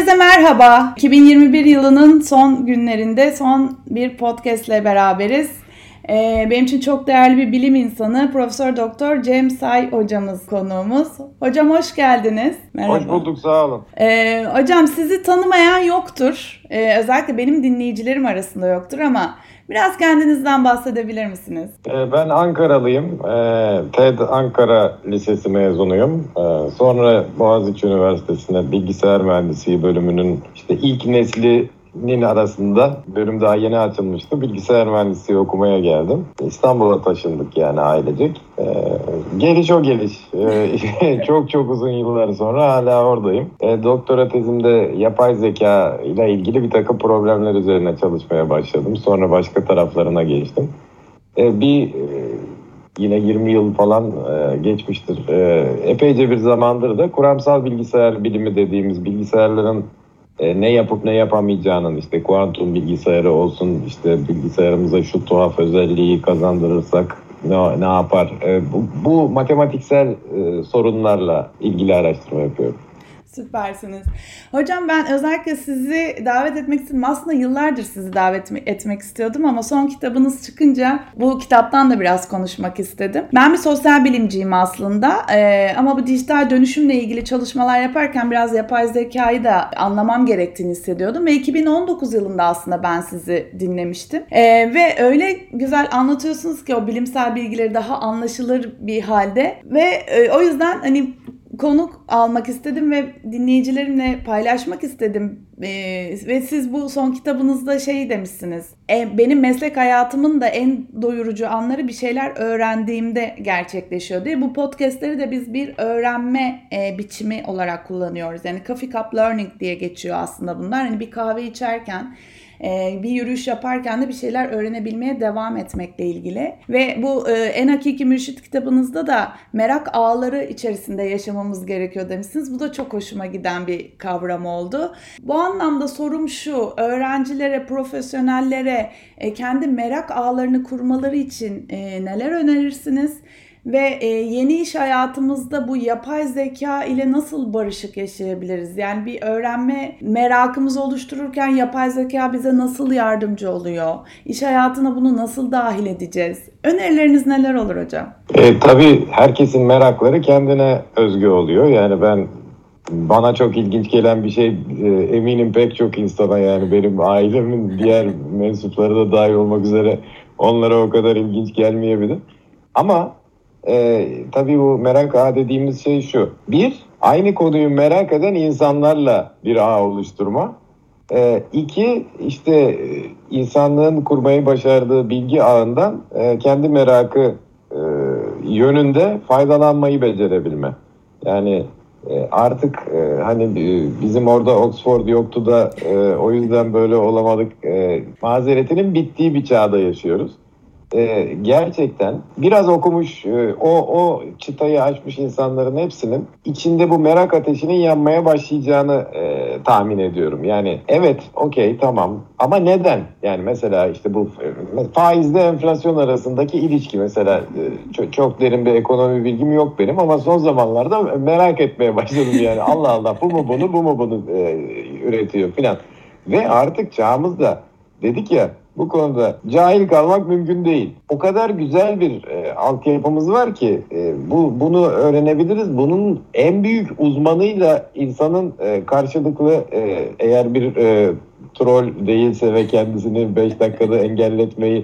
Herkese merhaba. 2021 yılının son günlerinde son bir podcast ile beraberiz. Benim için çok değerli bir bilim insanı Profesör Doktor Cem Say hocamız konuğumuz. Hocam hoş geldiniz. Merhaba. Hoş bulduk, sağ olun. Hocam sizi tanımayan yoktur. Özellikle benim dinleyicilerim arasında yoktur ama biraz kendinizden bahsedebilir misiniz? Ben Ankaralıyım. TED Ankara Lisesi mezunuyum. Sonra Boğaziçi Üniversitesi'nde bilgisayar mühendisliği bölümünün ilk neslinin arasında bölüm daha yeni açılmıştı. Bilgisayar mühendisliği okumaya geldim. İstanbul'a taşındık yani ailecek. Geliş o geliş. Çok uzun yıllar sonra hala oradayım. Doktora tezimde yapay zeka ile ilgili bir takım problemler üzerine çalışmaya başladım. Sonra başka taraflarına geçtim. Yine 20 yıl falan geçmiştir. Epeyce bir zamandır da kuramsal bilgisayar bilimi dediğimiz bilgisayarların ne yapıp ne yapamayacağının kuantum bilgisayarı olsun, bilgisayarımıza şu tuhaf özelliği kazandırırsak ne yapar? Bu matematiksel sorunlarla ilgili araştırma yapıyorum. Süpersiniz. Hocam ben özellikle sizi davet etmek istedim. Aslında yıllardır sizi davet etmek istiyordum ama son kitabınız çıkınca bu kitaptan da biraz konuşmak istedim. Ben bir sosyal bilimciyim aslında ama bu dijital dönüşümle ilgili çalışmalar yaparken biraz yapay zekayı da anlamam gerektiğini hissediyordum ve 2019 yılında aslında ben sizi dinlemiştim. Ve öyle güzel anlatıyorsunuz ki o bilimsel bilgileri daha anlaşılır bir halde ve o yüzden konuk almak istedim ve dinleyicilerimle paylaşmak istedim. Ve siz bu son kitabınızda demişsiniz. Benim meslek hayatımın da en doyurucu anları bir şeyler öğrendiğimde gerçekleşiyor diye. Bu podcastleri de biz bir öğrenme biçimi olarak kullanıyoruz. Yani coffee cup learning diye geçiyor aslında bunlar. Bir kahve içerken, bir yürüyüş yaparken de bir şeyler öğrenebilmeye devam etmekle ilgili. Ve bu En Hakiki Mürşit kitabınızda da merak ağları içerisinde yaşamamız gerekiyor demişsiniz. Bu da çok hoşuma giden bir kavram oldu. Bu anlamda sorum şu: öğrencilere, profesyonellere kendi merak ağlarını kurmaları için neler önerirsiniz? Ve yeni iş hayatımızda bu yapay zeka ile nasıl barışık yaşayabiliriz? Yani bir öğrenme merakımızı oluştururken yapay zeka bize nasıl yardımcı oluyor? İş hayatına bunu nasıl dahil edeceğiz? Önerileriniz neler olur hocam? Tabii herkesin merakları kendine özgü oluyor. Yani bana çok ilginç gelen bir şey eminim pek çok insana, yani benim ailemin diğer mensupları da dahil olmak üzere onlara o kadar ilginç gelmeyebilir. Ama tabii bu merak ağı dediğimiz şey şu: bir, aynı konuyu merak eden insanlarla bir ağ oluşturma. İki, insanlığın kurmayı başardığı bilgi ağından kendi merakı yönünde faydalanmayı becerebilme. Yani artık bizim orada Oxford yoktu da o yüzden böyle olamadık mazeretinin bittiği bir çağda yaşıyoruz. Gerçekten biraz okumuş, o çıtayı açmış insanların hepsinin içinde bu merak ateşinin yanmaya başlayacağını tahmin ediyorum. Yani evet, okey, tamam, ama neden? Yani mesela bu faizle enflasyon arasındaki ilişki mesela, çok derin bir ekonomi bilgim yok benim ama son zamanlarda merak etmeye başladım yani. Allah Allah, bu mu bunu üretiyor filan. Ve artık çağımızda dedik ya, bu konuda cahil kalmak mümkün değil. O kadar güzel bir altyapımız var ki bunu öğrenebiliriz. Bunun en büyük uzmanıyla insanın karşılıklı eğer bir troll değilse ve kendisini 5 dakikada engelletmeyi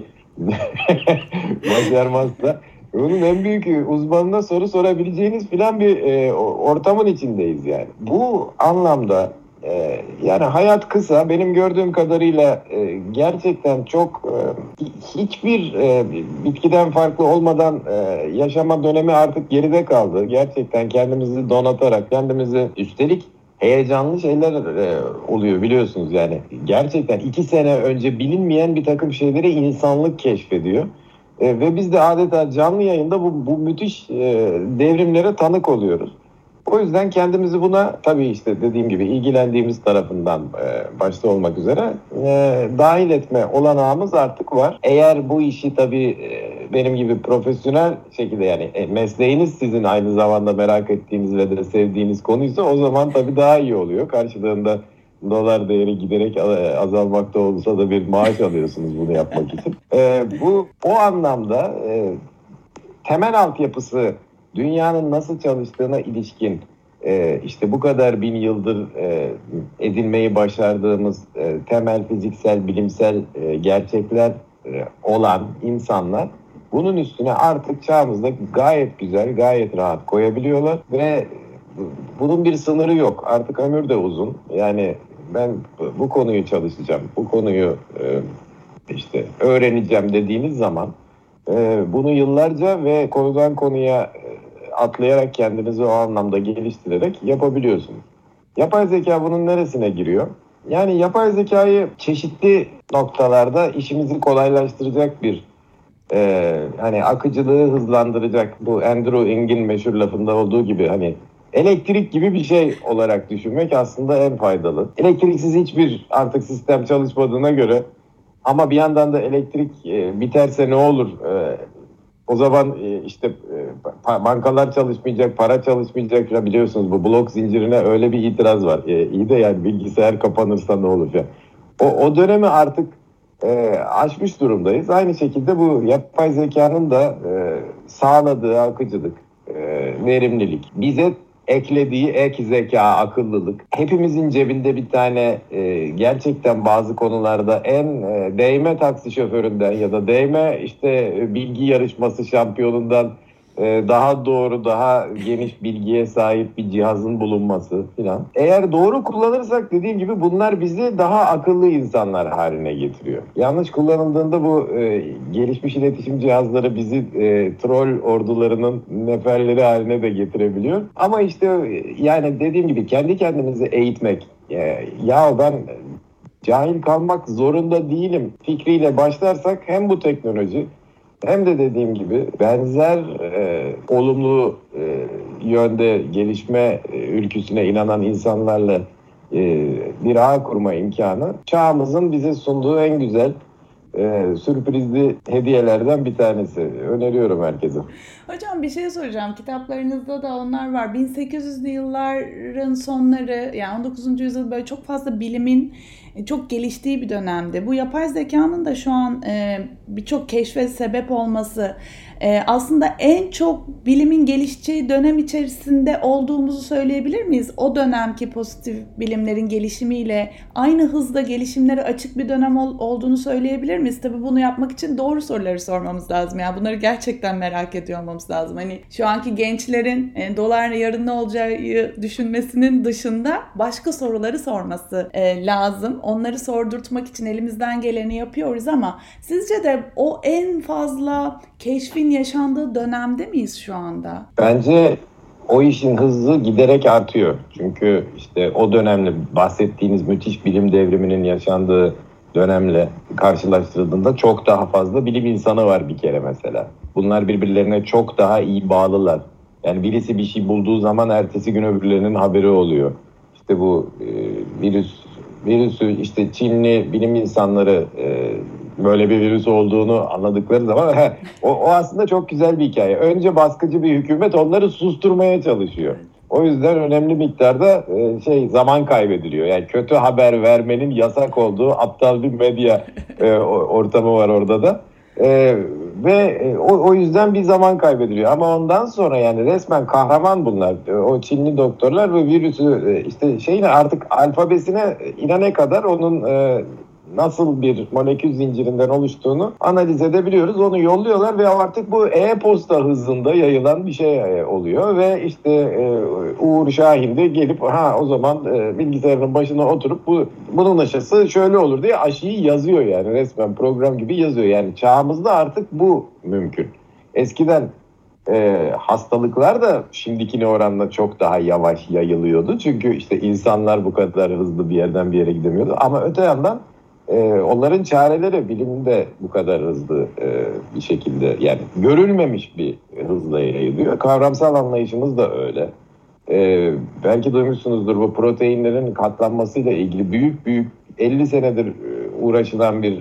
başarmazsa onun en büyük uzmanına soru sorabileceğiniz filan bir ortamın içindeyiz yani. Bu anlamda yani hayat kısa. Benim gördüğüm kadarıyla gerçekten çok hiçbir bitkiden farklı olmadan yaşama dönemi artık geride kaldı. Gerçekten kendimizi donatarak, üstelik heyecanlı şeyler oluyor biliyorsunuz yani. Gerçekten 2 sene önce bilinmeyen bir takım şeyleri insanlık keşfediyor. Ve biz de adeta canlı yayında bu müthiş devrimlere tanık oluyoruz. O yüzden kendimizi buna tabii dediğim gibi ilgilendiğimiz tarafından başta olmak üzere dahil etme olanağımız artık var. Eğer bu işi tabii benim gibi profesyonel şekilde, yani mesleğiniz sizin aynı zamanda merak ettiğiniz ve de sevdiğiniz konuysa, o zaman tabii daha iyi oluyor. Karşılığında dolar değeri giderek azalmakta olsa da bir maaş alıyorsunuz bunu yapmak için. O anlamda temel altyapısı dünyanın nasıl çalıştığına ilişkin işte bu kadar bin yıldır edinmeyi başardığımız temel fiziksel, bilimsel gerçekler olan insanlar bunun üstüne artık çağımızda gayet güzel, gayet rahat koyabiliyorlar ve bunun bir sınırı yok. Artık ömür de uzun. Yani ben bu konuyu çalışacağım, bu konuyu işte öğreneceğim dediğiniz zaman bunu yıllarca ve konudan konuya atlayarak kendinizi o anlamda geliştirerek yapabiliyorsunuz. Yapay zeka bunun neresine giriyor? Yani yapay zekayı çeşitli noktalarda işimizi kolaylaştıracak bir hani akıcılığı hızlandıracak, bu Andrew Ng'in meşhur lafında olduğu gibi hani elektrik gibi bir şey olarak düşünmek aslında en faydalı. Elektriksiz hiçbir artık sistem çalışmadığına göre ama bir yandan da elektrik biterse ne olur? O zaman işte bankalar çalışmayacak, para çalışmayacak falan, biliyorsunuz bu blok zincirine öyle bir itiraz var. İyi de yani bilgisayar kapanırsa ne olur ya? O dönemi artık aşmış durumdayız. Aynı şekilde bu yapay zekanın da sağladığı akıcılık, verimlilik, bize eklediği ek zeka, akıllılık. Hepimizin cebinde bir tane gerçekten bazı konularda en değme taksi şoföründen ya da değme işte bilgi yarışması şampiyonundan daha doğru, daha geniş bilgiye sahip bir cihazın bulunması filan. Eğer doğru kullanırsak dediğim gibi bunlar bizi daha akıllı insanlar haline getiriyor. Yanlış kullanıldığında bu gelişmiş iletişim cihazları bizi troll ordularının neferleri haline de getirebiliyor. Ama işte yani dediğim gibi kendi kendimizi eğitmek, ya ben cahil kalmak zorunda değilim fikriyle başlarsak hem bu teknoloji hem de dediğim gibi benzer olumlu yönde gelişme ülküsüne inanan insanlarla bir ağ kurma imkanı çağımızın bize sunduğu en güzel sürprizli hediyelerden bir tanesi. Öneriyorum herkese. Hocam bir şey soracağım. Kitaplarınızda da onlar var. 1800'lü yılların sonları, yani 19. yüzyıl böyle çok fazla bilimin çok geliştiği bir dönemde. Bu yapay zekanın da şu an birçok keşfe sebep olması aslında en çok bilimin gelişeceği dönem içerisinde olduğumuzu söyleyebilir miyiz? O dönemki pozitif bilimlerin gelişimiyle aynı hızda gelişimlere açık bir dönem olduğunu söyleyebilir miyiz? Tabii bunu yapmak için doğru soruları sormamız lazım. Yani bunları gerçekten merak ediyor olmamız lazım. Hani şu anki gençlerin dolar yarın ne olacağı düşünmesinin dışında başka soruları sorması lazım. Onları sordurtmak için elimizden geleni yapıyoruz ama sizce de o en fazla keşfin yaşandığı dönemde miyiz şu anda? Bence o işin hızı giderek artıyor. Çünkü işte o dönemle bahsettiğiniz müthiş bilim devriminin yaşandığı dönemle karşılaştırıldığında çok daha fazla bilim insanı var bir kere mesela. Bunlar birbirlerine çok daha iyi bağlılar. Yani birisi bir şey bulduğu zaman ertesi gün öbürlerinin haberi oluyor. İşte bu virüsü işte Çinli bilim insanları böyle bir virüs olduğunu anladıkları zaman o aslında çok güzel bir hikaye. Önce baskıcı bir hükümet onları susturmaya çalışıyor. O yüzden önemli miktarda zaman kaybediliyor. Yani kötü haber vermenin yasak olduğu aptal bir medya ortamı var orada da. Ve o yüzden bir zaman kaybediliyor. Ama ondan sonra yani resmen kahraman bunlar. O Çinli doktorlar ve virüsü işte artık alfabesine inene kadar onun nasıl bir molekül zincirinden oluştuğunu analiz edebiliyoruz. Onu yolluyorlar ve artık bu e-posta hızında yayılan bir şey oluyor ve işte Uğur Şahin de gelip o zaman bilgisayarın başına oturup bunun aşısı şöyle olur diye aşıyı yazıyor, yani resmen program gibi yazıyor. Yani çağımızda artık bu mümkün. Eskiden hastalıklar da şimdikine oranla çok daha yavaş yayılıyordu. Çünkü işte insanlar bu kadar hızlı bir yerden bir yere gidemiyordu. Ama öte yandan onların çareleri bilimde bu kadar hızlı bir şekilde, yani görülmemiş bir hızla yayılıyor. Kavramsal anlayışımız da öyle. Belki duymuşsunuzdur, bu proteinlerin katlanmasıyla ilgili büyük 50 senedir uğraşılan bir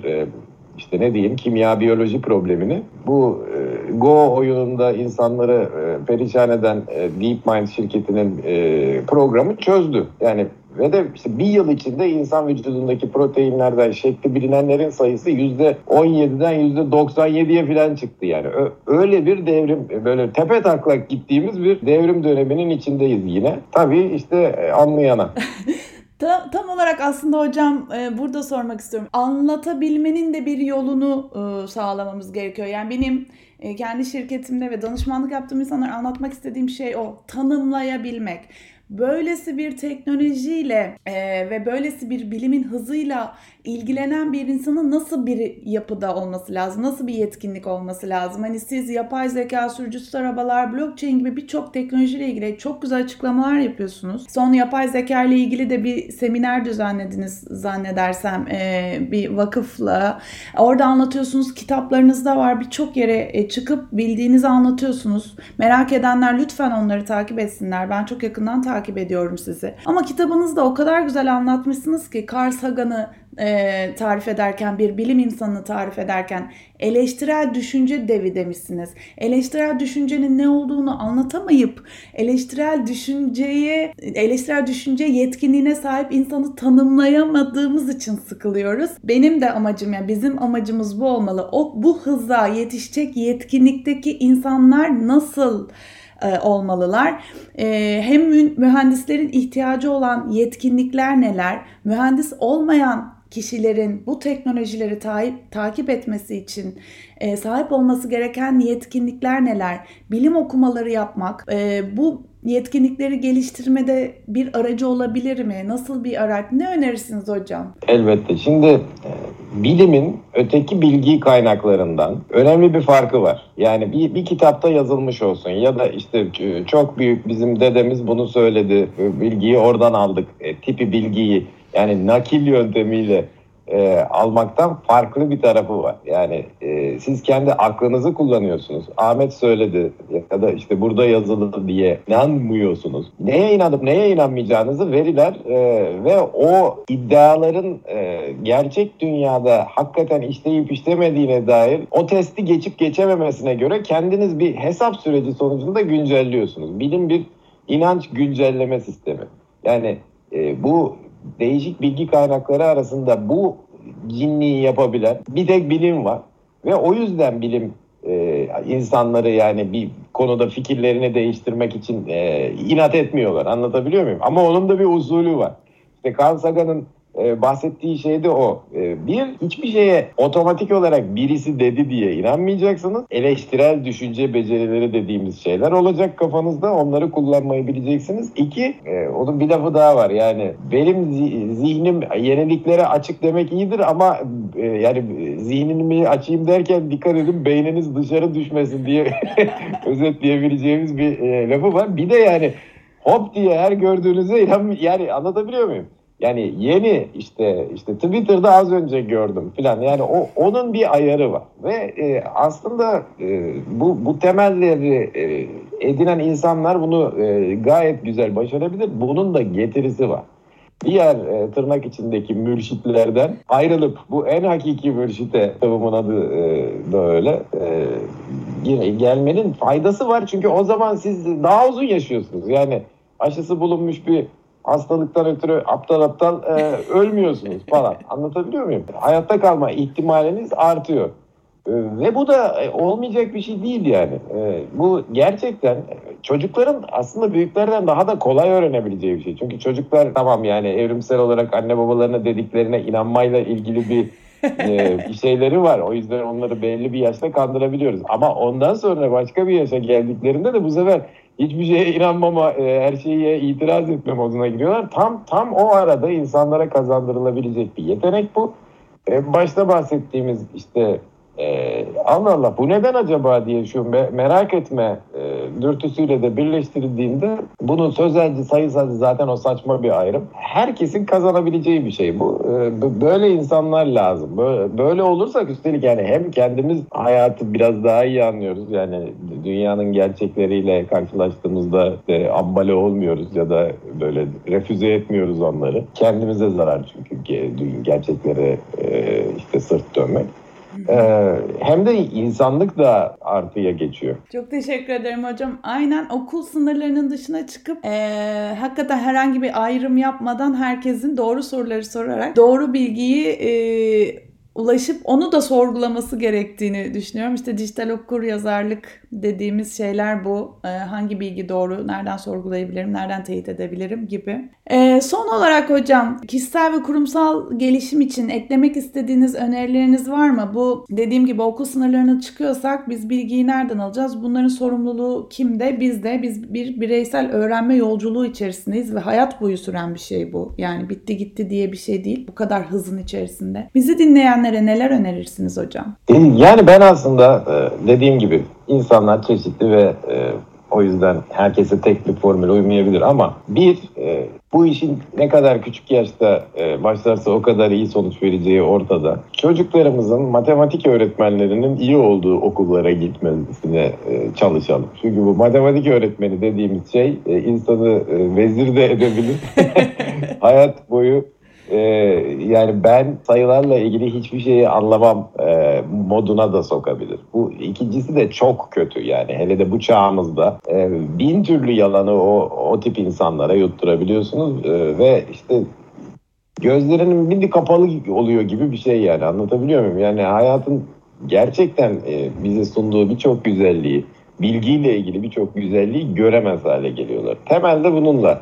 kimya biyoloji problemini bu Go oyununda insanları perişan eden DeepMind şirketinin programı çözdü. Yani Ve de işte bir yıl içinde insan vücudundaki proteinlerden şekli bilinenlerin sayısı %17'den %97'ye falan çıktı yani. Öyle bir devrim, böyle tepe taklak gittiğimiz bir devrim döneminin içindeyiz yine. Tabii işte anlayana. Tam olarak aslında hocam burada sormak istiyorum. Anlatabilmenin de bir yolunu sağlamamız gerekiyor. Yani benim kendi şirketimde ve danışmanlık yaptığım insanlara anlatmak istediğim şey o. Tanımlayabilmek. Böylesi bir teknolojiyle ve böylesi bir bilimin hızıyla ilgilenen bir insanın nasıl bir yapıda olması lazım? Nasıl bir yetkinlik olması lazım? Hani siz yapay zeka, sürücüsüz arabalar, blockchain gibi birçok teknolojiyle ilgili çok güzel açıklamalar yapıyorsunuz. Son yapay zeka ile ilgili de bir seminer düzenlediniz zannedersem bir vakıfla. Orada anlatıyorsunuz. Kitaplarınızda var. Birçok yere çıkıp bildiğinizi anlatıyorsunuz. Merak edenler lütfen onları takip etsinler. Ben çok yakından takip ediyorum sizi. Ama kitabınızda o kadar güzel anlatmışsınız ki Carl Sagan'ı tarif ederken, bir bilim insanını tarif ederken eleştirel düşünce devi demişsiniz. Eleştirel düşüncenin ne olduğunu anlatamayıp eleştirel düşünce yetkinliğine sahip insanı tanımlayamadığımız için sıkılıyoruz. Benim de amacım, yani bizim amacımız bu olmalı. Bu hıza yetişecek yetkinlikteki insanlar nasıl olmalılar? Hem mühendislerin ihtiyacı olan yetkinlikler neler? Mühendis olmayan kişilerin bu teknolojileri takip etmesi için sahip olması gereken yetkinlikler neler? Bilim okumaları yapmak, bu yetkinlikleri geliştirmede bir aracı olabilir mi? Nasıl bir araç? Ne önerirsiniz hocam? Elbette. Şimdi bilimin öteki bilgi kaynaklarından önemli bir farkı var. Yani bir kitapta yazılmış olsun ya da işte çok büyük bizim dedemiz bunu söyledi, bilgiyi oradan aldık tipi bilgiyi, yani nakil yöntemiyle almaktan farklı bir tarafı var. Yani siz kendi aklınızı kullanıyorsunuz. Ahmet söyledi ya da işte burada yazılı diye inanmıyorsunuz. Neye inanıp neye inanmayacağınızı veriler ve o iddiaların gerçek dünyada hakikaten işleyip işlemediğine dair o testi geçip geçememesine göre kendiniz bir hesap süreci sonucunda güncelliyorsunuz. Bilim bir inanç güncelleme sistemi. Yani bu değişik bilgi kaynakları arasında bu cinliği yapabilen bir tek bilim var. Ve o yüzden bilim insanları yani bir konuda fikirlerini değiştirmek için inat etmiyorlar. Anlatabiliyor muyum? Ama onun da bir usulü var. İşte Carl Sagan'ın bahsettiği şey de o. Hiçbir şeye otomatik olarak birisi dedi diye inanmayacaksınız. Eleştirel düşünce becerileri dediğimiz şeyler olacak kafanızda. Onları kullanmayı bileceksiniz. 2, onun bir lafı daha var. Yani benim zihnim yeniliklere açık demek iyidir ama yani zihnimi açayım derken dikkat edin beyniniz dışarı düşmesin diye özetleyebileceğimiz bir lafı var. Bir de yani hop diye her gördüğünüze yani anlatabiliyor muyum? Yani yeni işte Twitter'da az önce gördüm falan. Yani onun bir ayarı var ve aslında bu temelleri edinen insanlar bunu gayet güzel başarabilir. Bunun da getirisi var. Diğer tırnak içindeki mürşitlerden ayrılıp bu en hakiki mürşite, kitabımın adı da öyle, gelmenin faydası var. Çünkü o zaman siz daha uzun yaşıyorsunuz. Yani aşısı bulunmuş bir hastalıktan ötürü aptal ölmüyorsunuz falan. Anlatabiliyor muyum? Hayatta kalma ihtimaliniz artıyor. Ve bu da olmayacak bir şey değil yani. Bu gerçekten çocukların aslında büyüklerden daha da kolay öğrenebileceği bir şey. Çünkü çocuklar tamam yani evrimsel olarak anne babalarına dediklerine inanmayla ilgili bir şeyleri var. O yüzden onları belli bir yaşta kandırabiliyoruz. Ama ondan sonra başka bir yaşa geldiklerinde de bu sefer hiçbir şeye inanmama, her şeye itiraz etme moduna giriyorlar. Tam o arada insanlara kazandırılabilecek bir yetenek bu. Başta bahsettiğimiz işte Allah Allah bu neden acaba diye şu merak etme dürtüsüyle de birleştirildiğinde bunun sözelci sayısalcı zaten o saçma bir ayrım. Herkesin kazanabileceği bir şey bu. Böyle insanlar lazım. Böyle olursak üstelik yani hem kendimiz hayatı biraz daha iyi anlıyoruz. Yani dünyanın gerçekleriyle karşılaştığımızda ambale olmuyoruz ya da böyle refüze etmiyoruz onları. Kendimize zarar çünkü gerçeklere işte sırt dönmek. Hem de insanlık da artıya geçiyor. Çok teşekkür ederim hocam. Aynen, okul sınırlarının dışına çıkıp hakikaten herhangi bir ayrım yapmadan herkesin doğru soruları sorarak doğru bilgiyi ulaşıp onu da sorgulaması gerektiğini düşünüyorum. İşte dijital okuryazarlık dediğimiz şeyler bu. Hangi bilgi doğru, nereden sorgulayabilirim, nereden teyit edebilirim gibi. Son olarak hocam, kişisel ve kurumsal gelişim için eklemek istediğiniz önerileriniz var mı? Bu dediğim gibi okul sınırlarına çıkıyorsak biz bilgiyi nereden alacağız? Bunların sorumluluğu kimde? Bizde. Biz bir bireysel öğrenme yolculuğu içerisindeyiz ve hayat boyu süren bir şey bu. Yani bitti gitti diye bir şey değil. Bu kadar hızın içerisinde. Bizi dinleyenlere neler önerirsiniz hocam? Yani ben aslında dediğim gibi insanlar çeşitli ve o yüzden herkese tek bir formüle uymayabilir ama bu işin ne kadar küçük yaşta başlarsa o kadar iyi sonuç vereceği ortada. Çocuklarımızın matematik öğretmenlerinin iyi olduğu okullara gitmesine çalışalım. Çünkü bu matematik öğretmeni dediğimiz şey insanı vezir de edebilir. Hayat boyu yani ben sayılarla ilgili hiçbir şeyi anlamam moduna da sokabilir. Bu ikincisi de çok kötü yani. Hele de bu çağımızda 1000 türlü yalanı o tip insanlara yutturabiliyorsunuz ve işte gözlerinin bir kapalı oluyor gibi bir şey yani. Anlatabiliyor muyum? Yani hayatın gerçekten bize sunduğu birçok güzelliği, bilgiyle ilgili birçok güzelliği göremez hale geliyorlar. Temelde bununla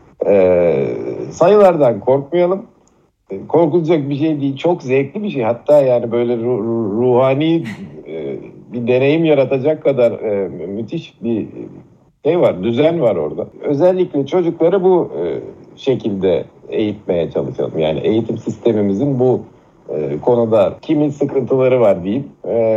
sayılardan korkmayalım. Korkulacak bir şey değil. Çok zevkli bir şey. Hatta yani böyle ruhani bir deneyim yaratacak kadar müthiş bir şey var. Düzen var orada. Özellikle çocukları bu şekilde eğitmeye çalışalım. Yani eğitim sistemimizin bu konuda kimin sıkıntıları var deyip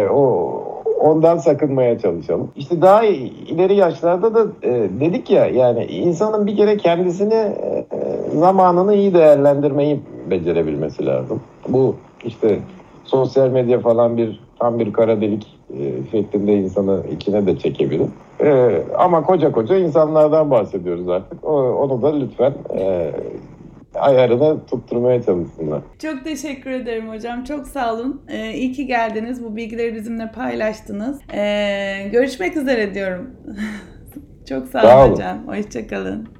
ondan sakınmaya çalışalım. İşte daha ileri yaşlarda da dedik ya yani insanın bir kere kendisini zamanını iyi değerlendirmeyi becerebilmesi lazım. Bu işte sosyal medya falan tam bir kara delik şeklinde insanı içine de çekebilir. Ama koca insanlardan bahsediyoruz artık. Onu da lütfen ayarını tutturmaya çalışsınlar. Çok teşekkür ederim hocam. Çok sağ olun. İyi ki geldiniz. Bu bilgileri bizimle paylaştınız. Görüşmek üzere diyorum. Çok sağ olun hocam. Hoşça kalın.